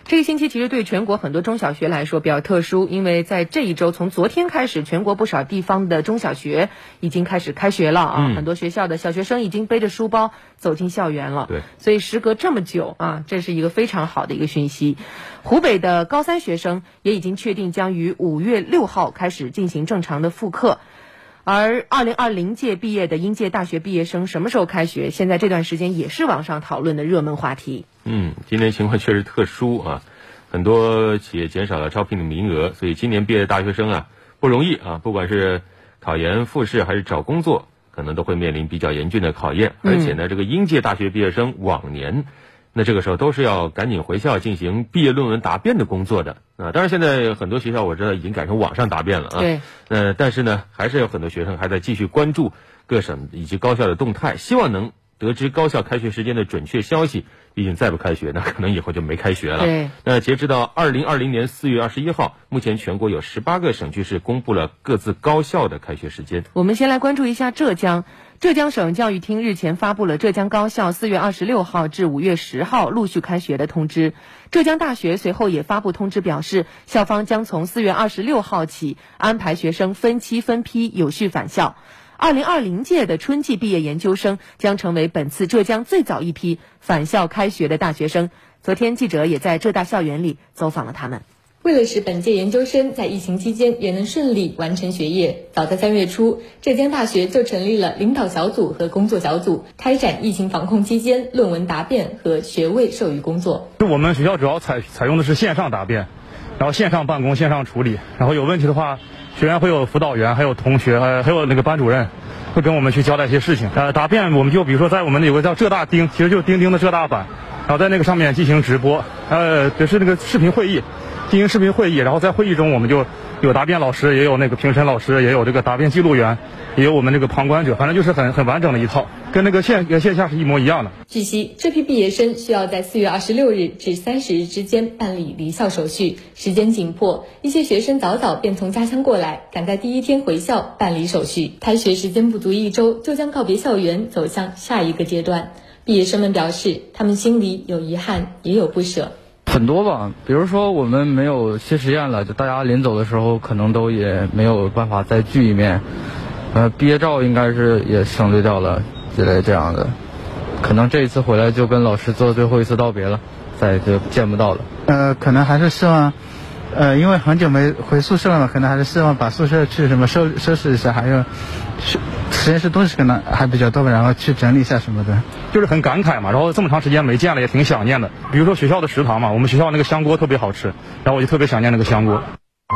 这个星期其实对全国很多中小学来说比较特殊，因为在这一周，从昨天开始，全国不少地方的中小学已经开始开学了啊，很多学校的小学生已经背着书包走进校园了。 对， 所以时隔这么久啊，这是一个非常好的一个讯息。湖北的高3学生也已经确定将于5月6号开始进行正常的复课。而2020届毕业的应届大学毕业生什么时候开学，现在这段时间也是网上讨论的热门话题。 今年情况确实特殊啊，很多企业减少了招聘的名额，所以今年毕业的大学生啊不容易啊，不管是考研复试还是找工作，可能都会面临比较严峻的考验。而且呢，这个应届大学毕业生往年那这个时候都是要赶紧回校进行毕业论文答辩的工作的啊。当然现在很多学校我知道已经改成网上答辩了啊。 对。 但是呢，还是有很多学生还在继续关注各省以及高校的动态，希望能得知高校开学时间的准确消息。毕竟再不开学，那可能以后就没开学了。 对。 那截止到2020年4月21号，目前全国有18个省区市公布了各自高校的开学时间。 我们先来关注一下浙江。浙江省教育厅日前发布了浙江高校4月26号至5月10号陆续开学的通知。浙江大学随后也发布通知表示，校方将从4月26号起安排学生分期分批有序返校。2020届的春季毕业研究生将成为本次浙江最早一批返校开学的大学生。昨天记者也在浙大校园里走访了他们。为了使本届研究生在疫情期间也能顺利完成学业，早在3月初，浙江大学就成立了领导小组和工作小组，开展疫情防控期间论文答辩和学位授予工作。 我们学校主要采用的是线上答辩，然后线上办公、线上处理，然后有问题的话，学员会有辅导员，还有同学，还有那个班主任会跟我们去交代一些事情。答辩我们就比如说在我们有个叫浙大钉，其实就是钉钉的浙大版，然后在那个上面进行直播，就是那个视频会议。进行视频会议，然后在会议中我们就有答辩老师，也有那个评审老师，也有这个答辩记录员，也有我们这个旁观者，反正就是很完整的一套，跟那个线下是一模一样的。 据悉，这批毕业生需要在4月26日至30日之间办理离校手续，时间紧迫，一些学生早便从家乡过来，赶在第一天回校办理手续。开学时间不足1周，就将告别校园，走向下一个阶段。毕业生们表示，他们心里有遗憾，也有不舍。 很多吧，比如说我们没有谢师宴了，就大家临走的时候可能都也没有办法再聚一面，毕业照应该是也省略掉了之类这样的，可能这一次回来就跟老师做最后一次道别了，再就见不到了。 可能还是希望，因为很久没回宿舍了嘛，可能还是希望把宿舍去什么收拾一下，还有实验室东西可能还比较多吧，然后去整理一下什么的。 就是很感慨嘛，然后这么长时间没见了，也挺想念的。比如说学校的食堂嘛，我们学校那个香锅特别好吃，然后我就特别想念那个香锅。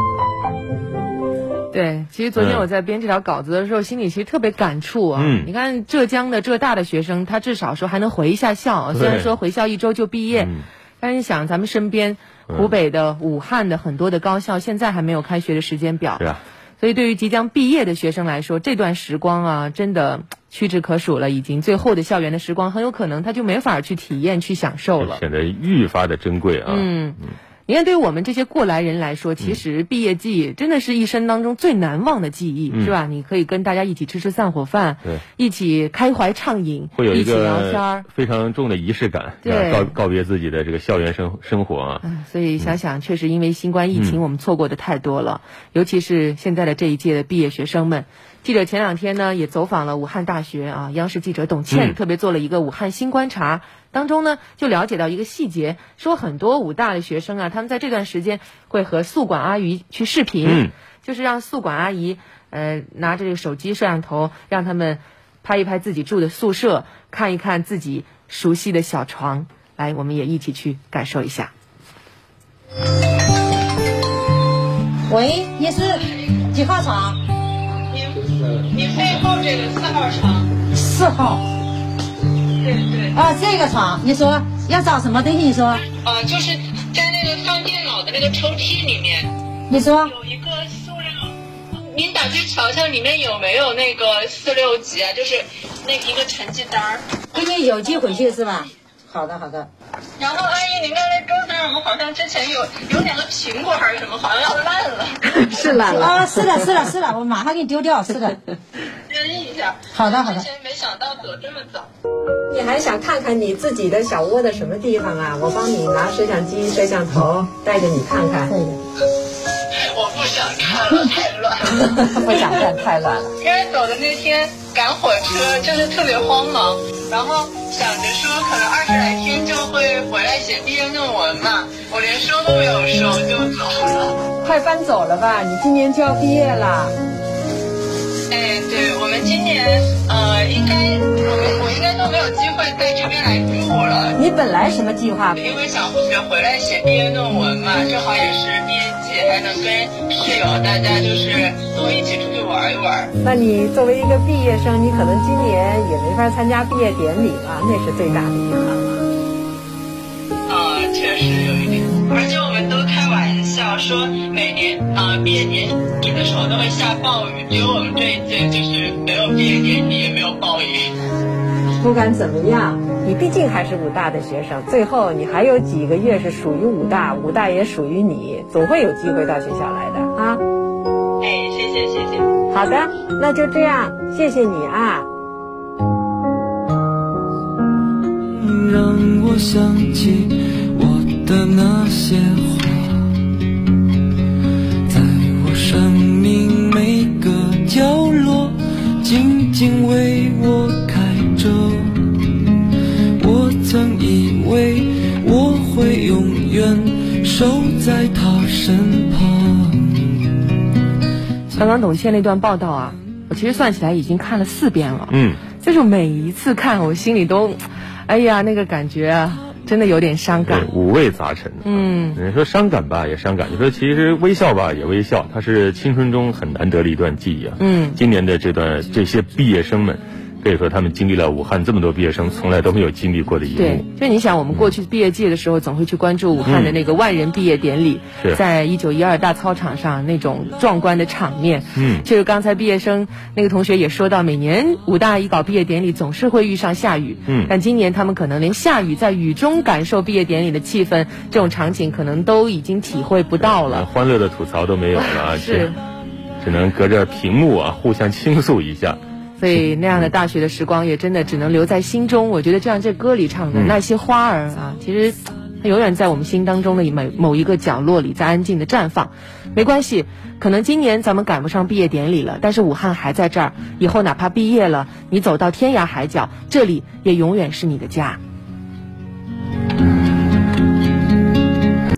对，其实昨天我在编这条稿子的时候，心里其实特别感触啊。你看浙江的浙大的学生，他至少说还能回一下校，虽然说回校1周就毕业，但是你想咱们身边湖北的、武汉的很多的高校，现在还没有开学的时间表。 是啊。 所以对于即将毕业的学生来说，这段时光啊，真的屈指可数了。已经最后的校园的时光，很有可能他就没法去体验、去享受了。 显得愈发的珍贵啊。 你看，对于我们这些过来人来说，其实毕业季真的是一生当中最难忘的记忆，是吧？你可以跟大家一起吃散伙饭， 对， 一起开怀畅饮， 会有一起聊天， 非常重的仪式感， 对， 告别自己的这个校园生活啊。 所以想想，确实因为新冠疫情，我们错过的太多了，尤其是现在的这一届的毕业学生们。记者前2天呢也走访了武汉大学啊，央视记者董倩特别做了一个武汉新观察，当中呢就了解到一个细节，说很多武大的学生啊，他们在这段时间会和宿管阿姨去视频，就是让宿管阿姨拿着这个手机摄像头，让他们拍一拍自己住的宿舍，看一看自己熟悉的小床。来，我们也一起去感受一下。 喂，你是几号床？ 你背后这个4号床 ，4号。对。这个床，你说要找什么东西？你说。 就是在那个放电脑的那个抽屉里面。 你说。 有一个塑料，您打去瞧瞧里面有没有那个46级啊？就是那一个成绩单。 给你邮寄回去是吧？好的。 然后阿姨，您刚才桌子上我们好像之前有2个苹果还是什么，好像要烂了。 是烂了。 是的，我马上给你丢掉。是的。 忍一下。 下。 好的好的。 之前没想到走这么早。 你还想看看你自己的小窝的什么地方啊？我帮你拿摄像机、摄像头带着你看看。 我不想看了，太乱了。 不想看，太乱了。 因为走的那天赶火车，就是特别慌忙，然后想着说可能20来天就会回来写毕业论文嘛，我连收都没有收就走了。 快搬走了吧？你今年就要毕业了。 哎，对，我们今年应该我应该都没有机会在这边来住了。 你本来什么计划？ 因为想回来写毕业论文嘛，正好也是毕业季，还能跟室友大家就是多一起出去玩一玩。 那你作为一个毕业生，你可能今年也没法参加毕业典礼了，那是最大的遗憾了。 确实有一点，而且我们都开玩笑说每年毕业典礼的时候都会下暴雨，只有我们这一届就是没有毕业典礼，也没有暴雨。 不管怎么样，你毕竟还是武大的学生，最后你还有几个月是属于武大，武大也属于你，总会有机会到学校来的啊。 哎，谢谢。 好的，那就这样，谢谢你啊。 让我想起我的那些花，在我生命每个角落静静为我开着。我曾以为我会永远守在他身旁。 刚刚董倩那段报道啊，我其实算起来已经看了4遍了。就是每一次看，我心里都，哎呀，那个感觉啊，真的有点伤感， 五味杂陈。你说伤感吧也伤感，你说其实微笑吧也微笑，它是青春中很难得的一段记忆啊。今年的这些毕业生们，可以说他们经历了武汉这么多毕业生从来都没有经历过的一幕。 对，就你想，我们过去毕业季的时候，总会去关注武汉的那个万人毕业典礼，在1912大操场上那种壮观的场面。就是刚才毕业生那个同学也说到，每年武大一搞毕业典礼，总是会遇上下雨。但今年他们可能连下雨，在雨中感受毕业典礼的气氛，这种场景可能都已经体会不到了， 欢乐的吐槽都没有了， 是， 只能隔着屏幕啊互相倾诉一下。 所以那样的大学的时光也真的只能留在心中。我觉得就像这歌里唱的，那些花儿啊，其实它永远在我们心当中的某一个角落里在安静的绽放。没关系，可能今年咱们赶不上毕业典礼了，但是武汉还在这儿，以后哪怕毕业了，你走到天涯海角，这里也永远是你的家。